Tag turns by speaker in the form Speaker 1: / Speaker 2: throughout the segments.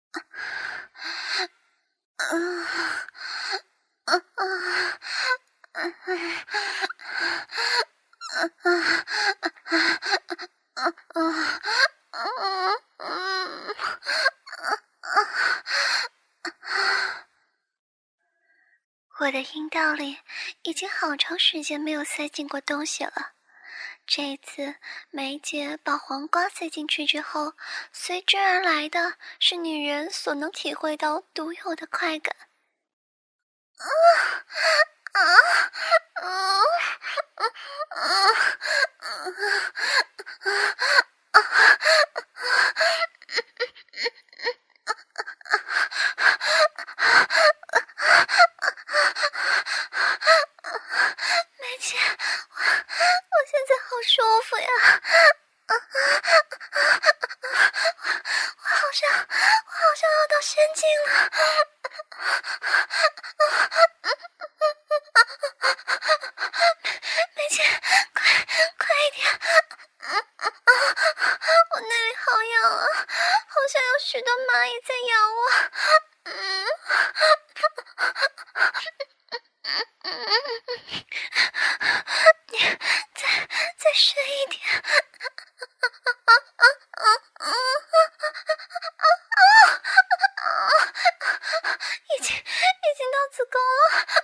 Speaker 1: 我的阴道里已经好长时间没有塞进过东西了。这次梅姐把黄瓜塞进去之后，随之而来的是女人所能体会到独有的快感。梅姐，我现在好舒服呀！我好像要到仙境了。梅姐，快一点！我那里好痒啊，好像有许多蚂蚁在咬我。你再深一点。已经到子宫了。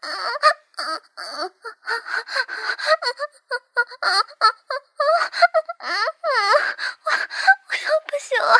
Speaker 1: 我要不行了。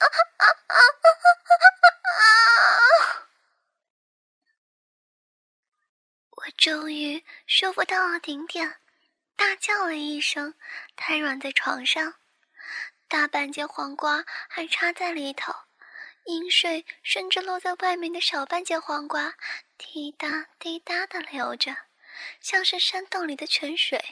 Speaker 1: 我终于舒服到了顶点，大叫了一声，瘫软在床上，大半截黄瓜还插在里头，阴水顺着落在外面的小半截黄瓜滴答滴答地流着，像是山洞里的泉水。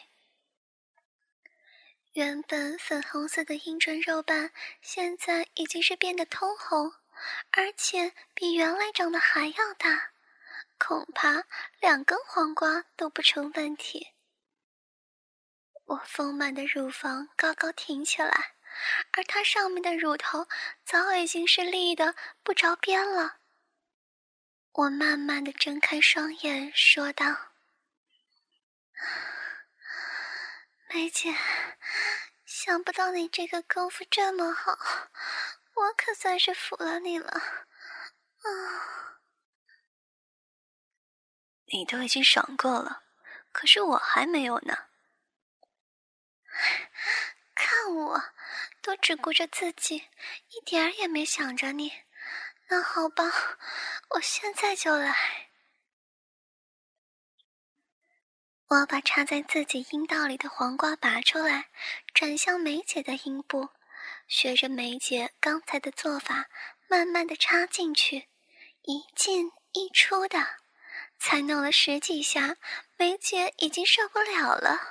Speaker 1: 原本粉红色的阴唇肉瓣现在已经是变得通红，而且比原来长得还要大，恐怕2根黄瓜都不成问题。我丰满的乳房高高挺起来，而它上面的乳头早已经是立得不着边了。我慢慢地睁开双眼说道：梅姐，想不到你这个功夫这么好，我可算是服了你了。
Speaker 2: 你都已经爽过了，可是我还没有呢。
Speaker 1: 看我，都只顾着自己，一点儿也没想着你。那好吧，我现在就来。我把插在自己阴道里的黄瓜拔出来，转向梅姐的阴部，学着梅姐刚才的做法，慢慢地插进去，一进一出的，才弄了10几下，梅姐已经受不了了。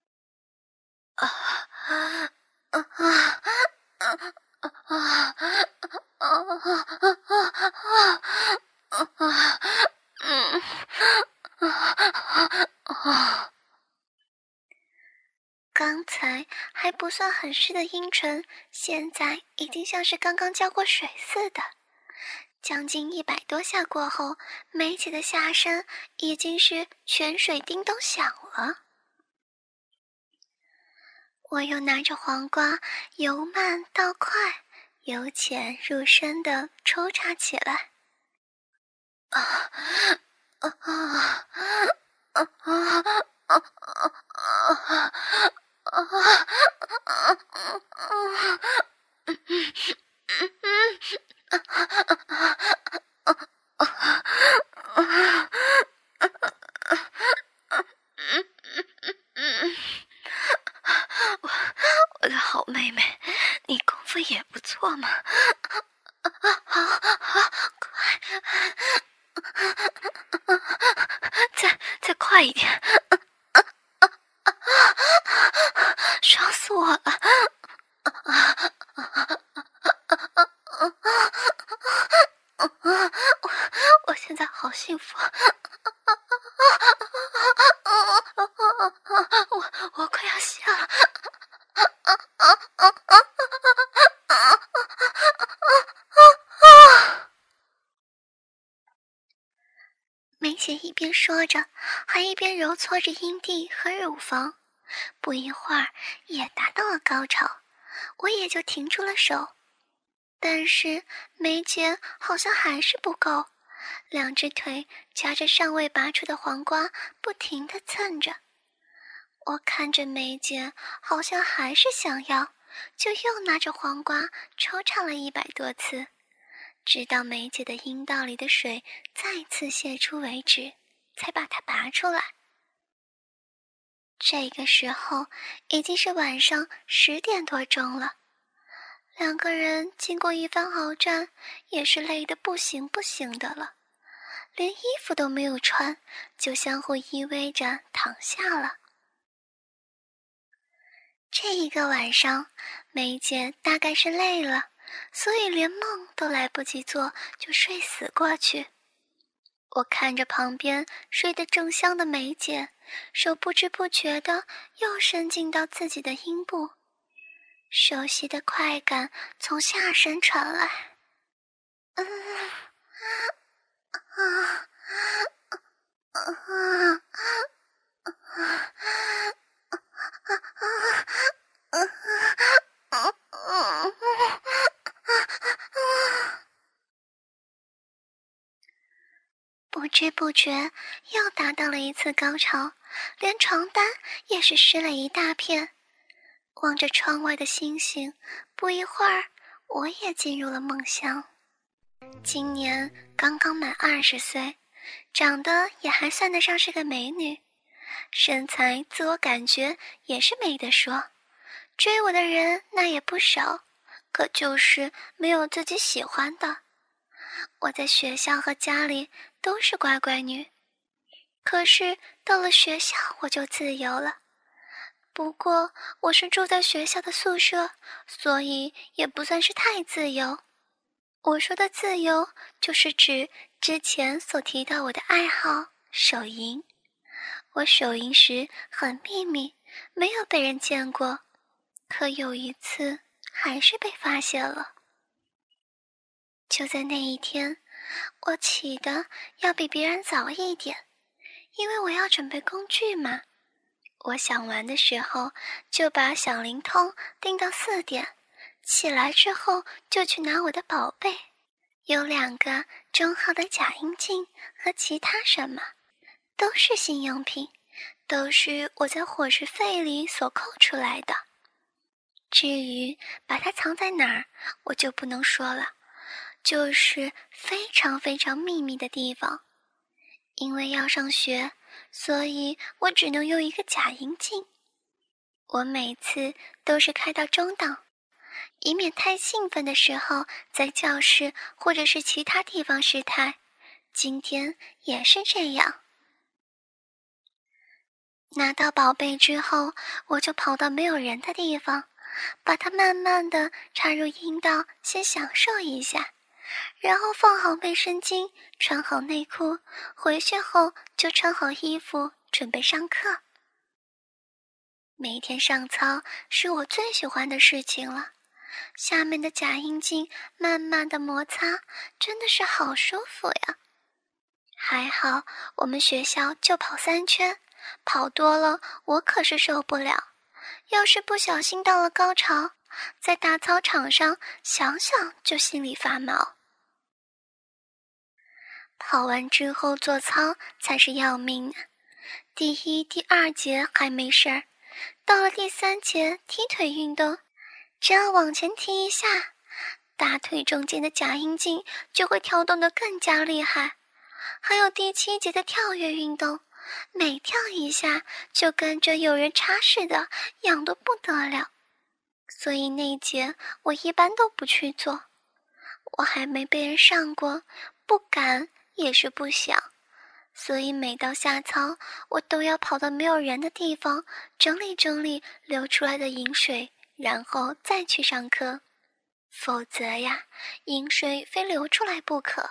Speaker 1: 刚才还不算很湿的阴唇，现在已经像是刚刚浇过水似的。将近100多下过后，梅姐的下身已经是泉水叮咚响了。我又拿着黄瓜由慢到快，由浅入深地抽插起来。
Speaker 2: 我的好妹妹，你功夫也不错嘛。
Speaker 1: 好，快！
Speaker 2: 再快一点！
Speaker 1: 爽死我了！我现在好幸福！我快要下了！ 边说着，还一边揉搓着阴蒂和乳房，不一会儿也达到了高潮，我也就停住了手。但是梅姐好像还是不够，两只腿夹着尚未拔出的黄瓜，不停地蹭着。我看着梅姐好像还是想要，就又拿着黄瓜抽插了100多次，直到梅姐的阴道里的水再次泄出为止，才把它拔出来。这个时候已经是晚上10点多钟了，两个人经过一番鏖战，也是累得不行不行的了，连衣服都没有穿，就相互依偎着躺下了。这一个晚上，梅姐大概是累了，所以连梦都来不及做就睡死过去。我看着旁边睡得正香的梅姐，手不知不觉地又伸进到自己的阴部，熟悉的快感从下身传来。不知不觉又达到了一次高潮，连床单也是湿了一大片。望着窗外的星星，不一会儿我也进入了梦乡。今年刚刚满20岁，长得也还算得上是个美女，身材自我感觉也是没得说，追我的人那也不少，可就是没有自己喜欢的。我在学校和家里都是乖乖女，可是到了学校我就自由了。不过我是住在学校的宿舍，所以也不算是太自由。我说的自由，就是指之前所提到我的爱好手淫。我手淫时很秘密，没有被人见过，可有一次还是被发现了。就在那一天，我起的要比别人早一点，因为我要准备工具嘛。我想玩的时候就把小灵通定到4点，起来之后就去拿我的宝贝，有2个中号的假阴茎和其他什么，都是新用品，都是我在伙食费里所扣出来的。至于把它藏在哪儿，我就不能说了，就是非常非常秘密的地方。因为要上学，所以我只能用一个假阴茎。我每次都是开到中档，以免太兴奋的时候在教室或者是其他地方失态。今天也是这样。拿到宝贝之后，我就跑到没有人的地方，把它慢慢地插入阴道，先享受一下，然后放好卫生巾，穿好内裤，回去后就穿好衣服，准备上课。每天上操是我最喜欢的事情了，下面的假阴茎慢慢的摩擦，真的是好舒服呀。还好我们学校就跑3圈，跑多了我可是受不了，要是不小心到了高潮，在大操场上想想就心里发毛。跑完之后做操才是要命啊！第1、第2节还没事儿，到了第3节踢腿运动，只要往前踢一下，大腿中间的假阴茎就会跳动得更加厉害。还有第7节的跳跃运动，每跳一下就跟着有人插似的，痒得不得了。所以那节我一般都不去做，我还没被人上过，不敢也是不想，所以每到下操，我都要跑到没有人的地方整理整理流出来的饮水，然后再去上课，否则呀，饮水非流出来不可。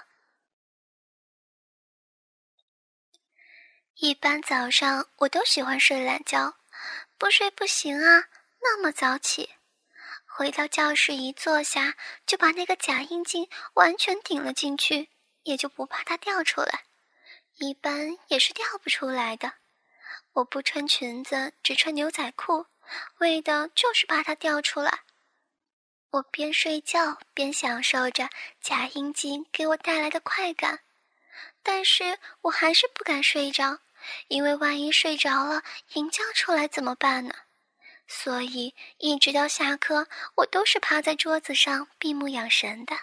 Speaker 1: 一般早上我都喜欢睡懒觉，不睡不行啊，那么早起。回到教室一坐下，就把那个假阴茎完全顶了进去，也就不怕它掉出来。 一般也是掉不出来的。我不穿裙子，只穿牛仔裤，为的就是怕它掉出来。我边睡觉边享受着假阴茎给我带来的快感，但是我还是不敢睡着，因为万一睡着了，淫叫出来怎么办呢？所以一直到下课，我都是趴在桌子上闭目养神的。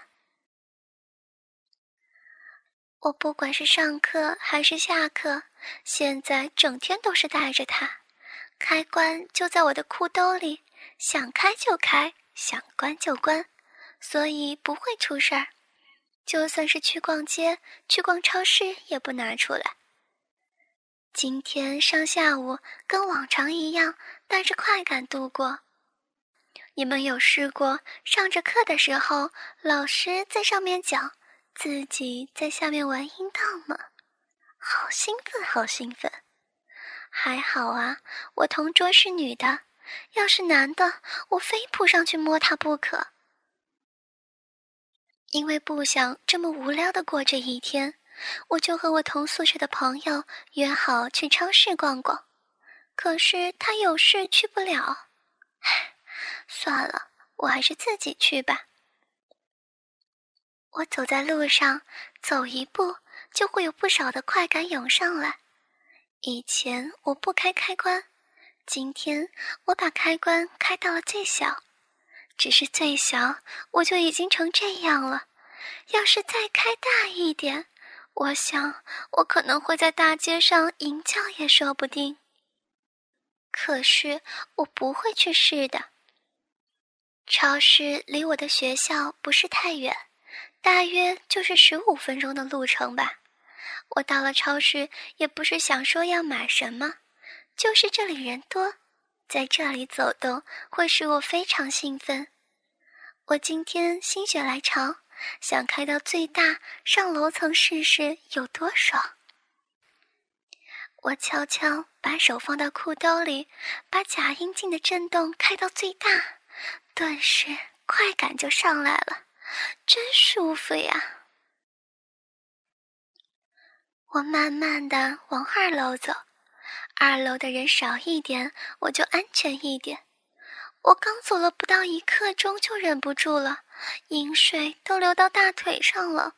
Speaker 1: 我不管是上课还是下课，现在整天都是带着它，开关就在我的裤兜里，想开就开，想关就关，所以不会出事儿。就算是去逛街、去逛超市也不拿出来。今天上下午跟往常一样，带着快感度过。你们有试过上着课的时候，老师在上面讲，自己在下面玩阴道吗？好兴奋，好兴奋！还好啊，我同桌是女的，要是男的，我非扑上去摸他不可。因为不想这么无聊的过这一天，我就和我同宿舍的朋友约好去超市逛逛。可是他有事去不了，唉，算了，我还是自己去吧。我走在路上，走一步就会有不少的快感涌上来。以前我不开开关，今天我把开关开到了最小，只是最小我就已经成这样了。要是再开大一点，我想我可能会在大街上淫叫也说不定。可是我不会去试的。超市离我的学校不是太远，大约就是15分钟的路程吧。我到了超市也不是想说要买什么，就是这里人多，在这里走动会使我非常兴奋。我今天心血来潮，想开到最大，上楼层试试有多爽。我悄悄把手放到裤兜里，把假阴茎的震动开到最大，顿时快感就上来了，真舒服呀。我慢慢地往2楼走，2楼的人少一点，我就安全一点。我刚走了不到1刻钟就忍不住了，淫水都流到大腿上了。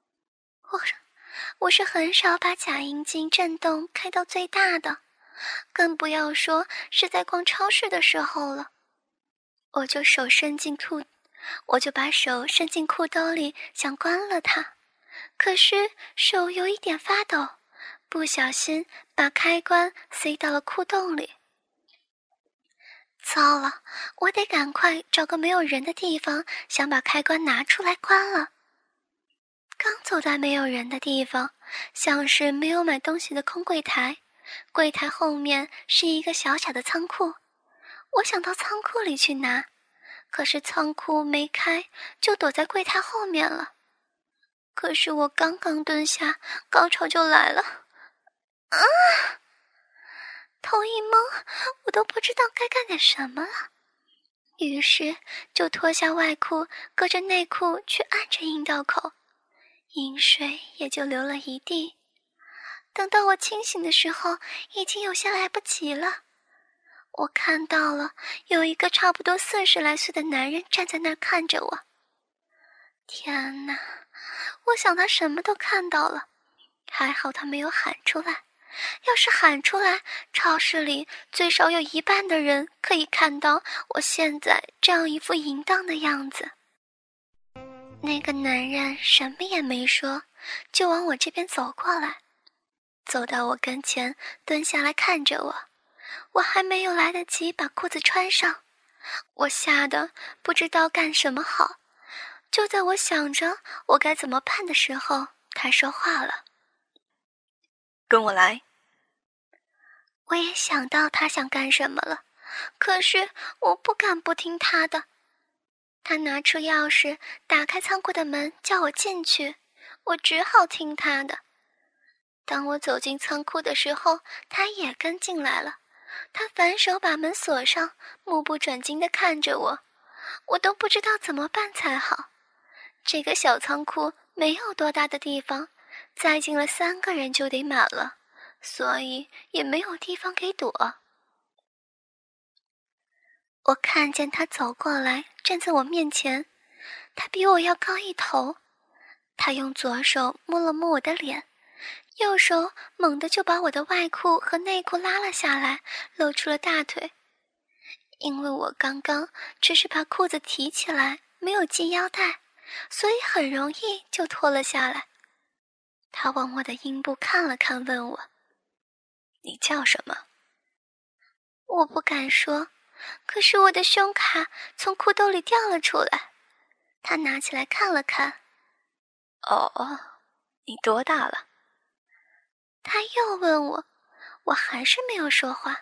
Speaker 1: 我是很少把假阴茎震动开到最大的，更不要说是在逛超市的时候了。我就把手伸进裤兜里，想关了它，可是手有一点发抖，不小心把开关塞到了裤洞里。糟了，我得赶快找个没有人的地方，想把开关拿出来关了。刚走到没有人的地方，像是没有买东西的空柜台，柜台后面是一个小小的仓库。我想到仓库里去拿，可是仓库没开，就躲在柜台后面了。可是我刚刚蹲下，高潮就来了，啊！头一懵，我都不知道该干点什么了，于是就脱下外裤，隔着内裤去按着阴道口，淫水也就流了一地。等到我清醒的时候，已经有些来不及了。我看到了有一个差不多40来岁的男人站在那儿看着我。天哪，我想他什么都看到了，还好他没有喊出来。要是喊出来，超市里最少有1半的人可以看到我现在这样一副淫荡的样子。那个男人什么也没说，就往我这边走过来，走到我跟前，蹲下来看着我。我还没有来得及把裤子穿上，我吓得不知道干什么好。就在我想着我该怎么办的时候，他说话了：
Speaker 2: 跟我来。
Speaker 1: 我也想到他想干什么了，可是我不敢不听他的。他拿出钥匙，打开仓库的门，叫我进去，我只好听他的。当我走进仓库的时候，他也跟进来了。他反手把门锁上，目不转睛地看着我，我都不知道怎么办才好。这个小仓库没有多大的地方，
Speaker 2: 再进了3个人就得满了，所以也没有地方给躲。我看见他走过来，站在我面前，他比我要高1头。他用左手摸了摸我的脸，右手猛地就把我的外裤和内裤拉了下来，露出了大腿。因为我刚刚只是把裤子提起来，没有系腰带，所以很容易就脱了下来。他往我的阴部看了看，问我：“你叫什么？”我不敢说，可是我的胸卡从裤兜里掉了出来。他拿起来看了看。哦，你多大了？他又问我，我还是没有说话。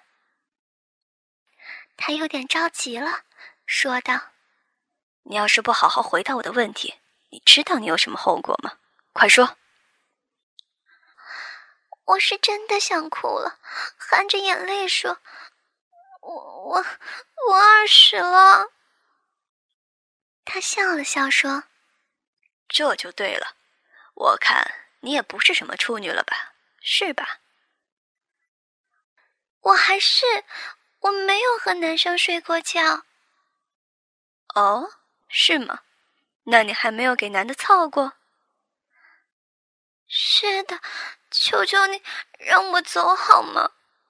Speaker 2: 他有点着急了，说道：“你要是不好好回答我的问题，你知道你有什么后果吗？快说。”我是真的想哭了，含着眼泪说：“我20了。”他笑了笑说：“这就对了，我看你也不是什么处女了吧，是吧？”我没有和男生睡过觉。哦，是吗？那你还没有给男的操过？是的，求求你让我走好吗？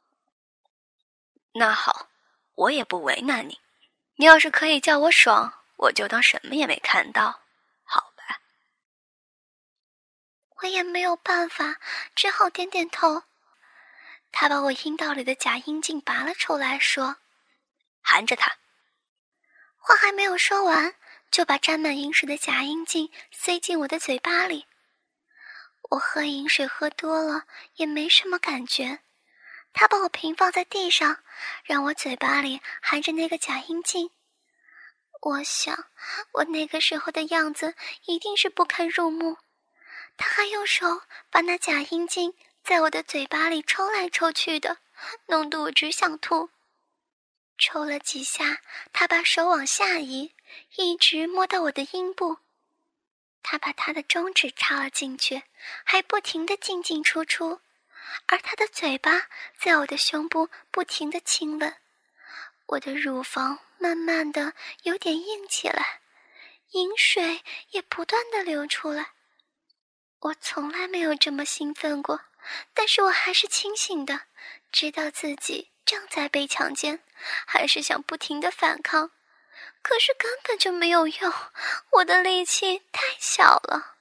Speaker 2: 那好，我也不为难你。你要是可以叫我爽，我就当什么也没看到，好吧？我也没有办法，只好点点头。他把我阴道里的假阴茎拔了出来，说：“含着它。”话还没有说完，就把沾满饮水的假阴茎塞进我的嘴巴里。我喝饮水喝多了，也没什么感觉。他把我平放在地上，让我嘴巴里含着那个假阴茎。我想，我那个时候的样子一定是不堪入目。他还用手把那假阴茎在我的嘴巴里抽来抽去的，弄得我只想吐。抽了几下，他把手往下移，一直摸到我的阴部。他把他的中指插了进去，还不停地进进出出，而他的嘴巴在我的胸部不停地亲吻。我的乳房慢慢地有点硬起来，饮水也不断地流出来。我从来没有这么兴奋过，但是我还是清醒的，知道自己正在被强奸，还是想不停地反抗，可是根本就没有用，我的力气太小了。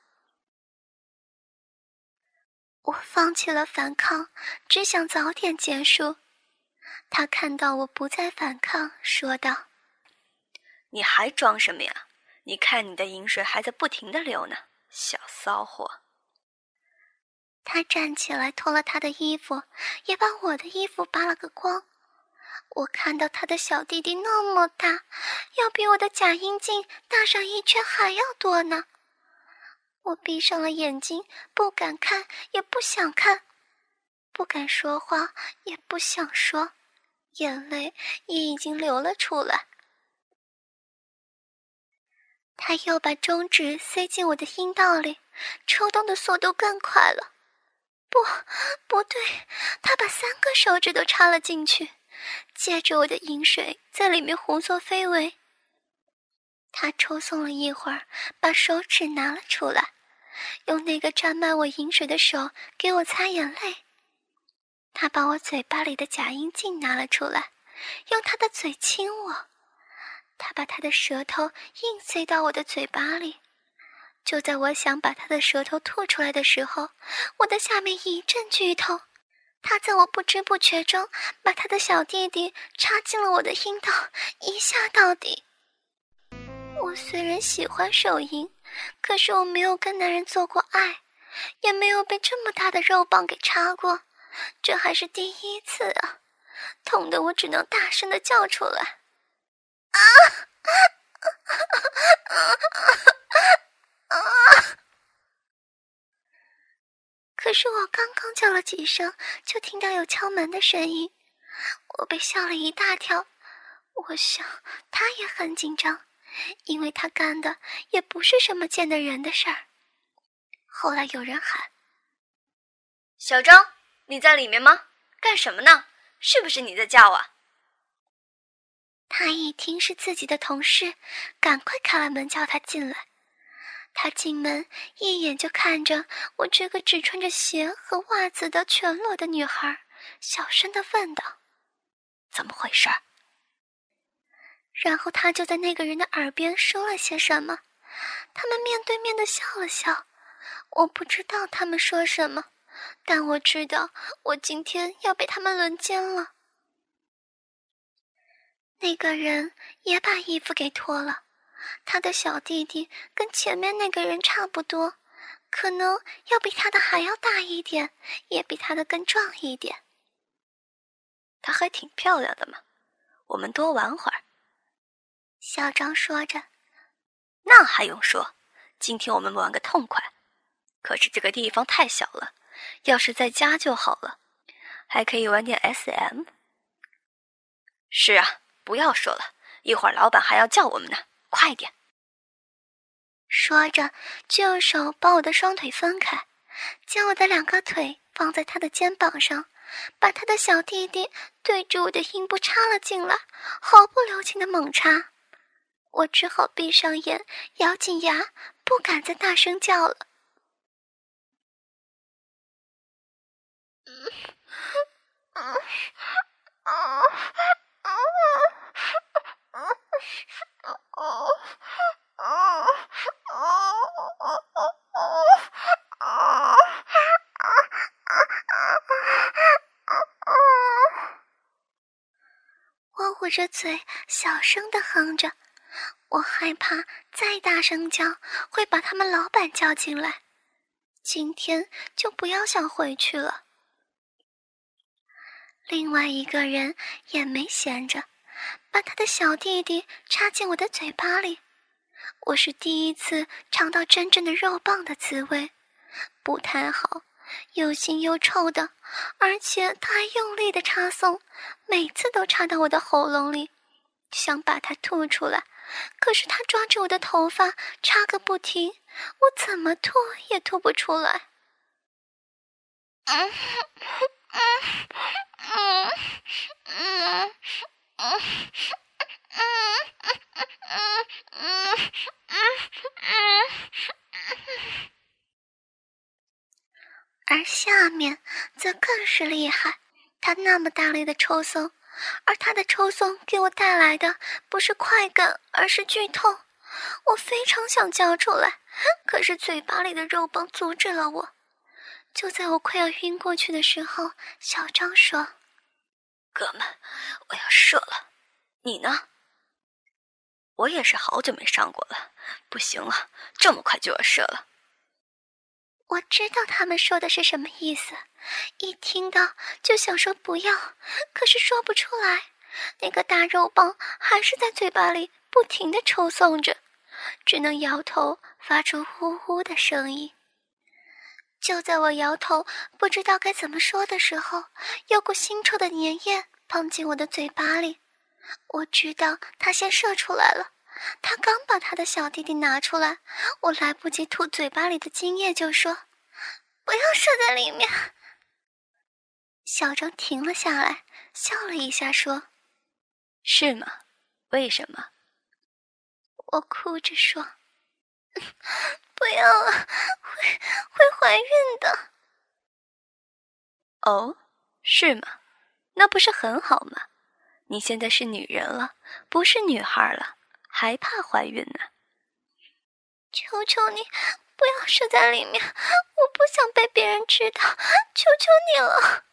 Speaker 2: 我放弃了反抗，只想早点结束。他看到我不再反抗，说道：“你还装什么呀？你看你的饮水还在不停地流呢，小骚货。”他站起来脱了他的衣服，也把我的衣服扒了个光。我看到他的小弟弟那么大，要比我的假阴茎大上1圈还要多呢。我闭上了眼睛，不敢看，也不想看，不敢说话，也不想说，眼泪也已经流了出来。他又把中指塞进我的阴道里，抽动的速度更快了。不对，他把3个手指都插了进去，借着我的饮水在里面胡作非为。他抽松了一会儿，把手指拿了出来，用那个沾满我饮水的手给我擦眼泪。他把我嘴巴里的假阴茎拿了出来，用他的嘴亲我。他把他的舌头硬塞到我的嘴巴里。就在我想把他的舌头吐出来的时候，我的下面一阵剧痛，他在我不知不觉中把他的小弟弟插进了我的阴道，一下到底。我虽然喜欢手淫，可是我没有跟男人做过爱，也没有被这么大的肉棒给插过，这还是第1次啊，痛得我只能大声地叫出来。啊！可是我刚刚叫了几声，就听到有敲门的声音，我被吓了一大跳。我想他也很紧张，因为他干的也不是什么见得人的事儿。后来有人喊：“ 小张，你在里面吗？干什么呢？是不是你在叫啊？
Speaker 1: 他一听是自己的同事，赶快开了门叫他进来。他进门一眼就看着我这个只穿着鞋和袜子的全裸的女孩，小声地问道：“
Speaker 2: 怎么回事？”
Speaker 1: 然后他就在那个人的耳边说了些什么，他们面对面地笑了笑。我不知道他们说什么，但我知道我今天要被他们轮奸了。那个人也把衣服给脱了，他的小弟弟跟前面那个人差不多，可能要比他的还要大一点，也比他的更壮一点。
Speaker 2: 她还挺漂亮的嘛，我们多玩会儿。
Speaker 1: 小张说着。
Speaker 2: 那还用说，今天我们玩个痛快。可是这个地方太小了，要是在家就好了，还可以玩点 SM。是啊，不要说了，一会儿老板还要叫我们呢，快点。
Speaker 1: 说着就用手把我的双腿分开，将我的2个腿放在他的肩膀上，把他的小弟弟对着我的阴部插了进来，毫不留情的猛插。我只好闭上眼，咬紧牙，不敢再大声叫了。我捂着嘴，小声地哼着。我害怕再大声叫会把他们老板叫进来，今天就不要想回去了。另外一个人也没闲着，把他的小弟弟插进我的嘴巴里。我是第一次尝到真正的肉棒的滋味，不太好，又腥又臭的，而且他还用力的插送，每次都插到我的喉咙里，想把它吐出来，可是他抓着我的头发插个不停，我怎么吐也吐不出来。而下面则更是厉害，他那么大力的抽送，而他的抽送给我带来的不是快感，而是剧痛。我非常想叫出来，可是嘴巴里的肉棒阻止了我。就在我快要晕过去的时候，小张说：“
Speaker 2: 哥们，我要射了，你呢？”我也是好久没上过了，不行了，这么快就要射了。
Speaker 1: 我知道他们说的是什么意思，一听到就想说不要，可是说不出来。那个大肉棒还是在嘴巴里不停地抽送着，只能摇头，发出呼呼的声音。就在我摇头不知道该怎么说的时候，有股腥臭的粘液放进我的嘴巴里。我知道他先射出来了，他刚把他的小弟弟拿出来，我来不及吐嘴巴里的精液就说：“不要射在里面。”小张停了下来，笑了一下说：“
Speaker 2: 是吗？为什么？”
Speaker 1: 我哭着说：“不要了，会怀孕的。”
Speaker 2: 哦，是吗？那不是很好吗？你现在是女人了，不是女孩了，还怕怀孕呢？
Speaker 1: 求求你，不要射在里面，我不想被别人知道，求求你了。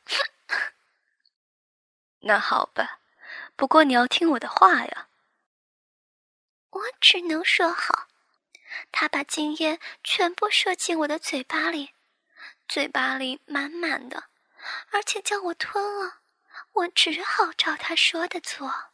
Speaker 2: 那好吧，不过你要听我的话呀。
Speaker 1: 我只能说好。他把精液全部射进我的嘴巴里，嘴巴里满满的，而且叫我吞了，我只好照他说的做。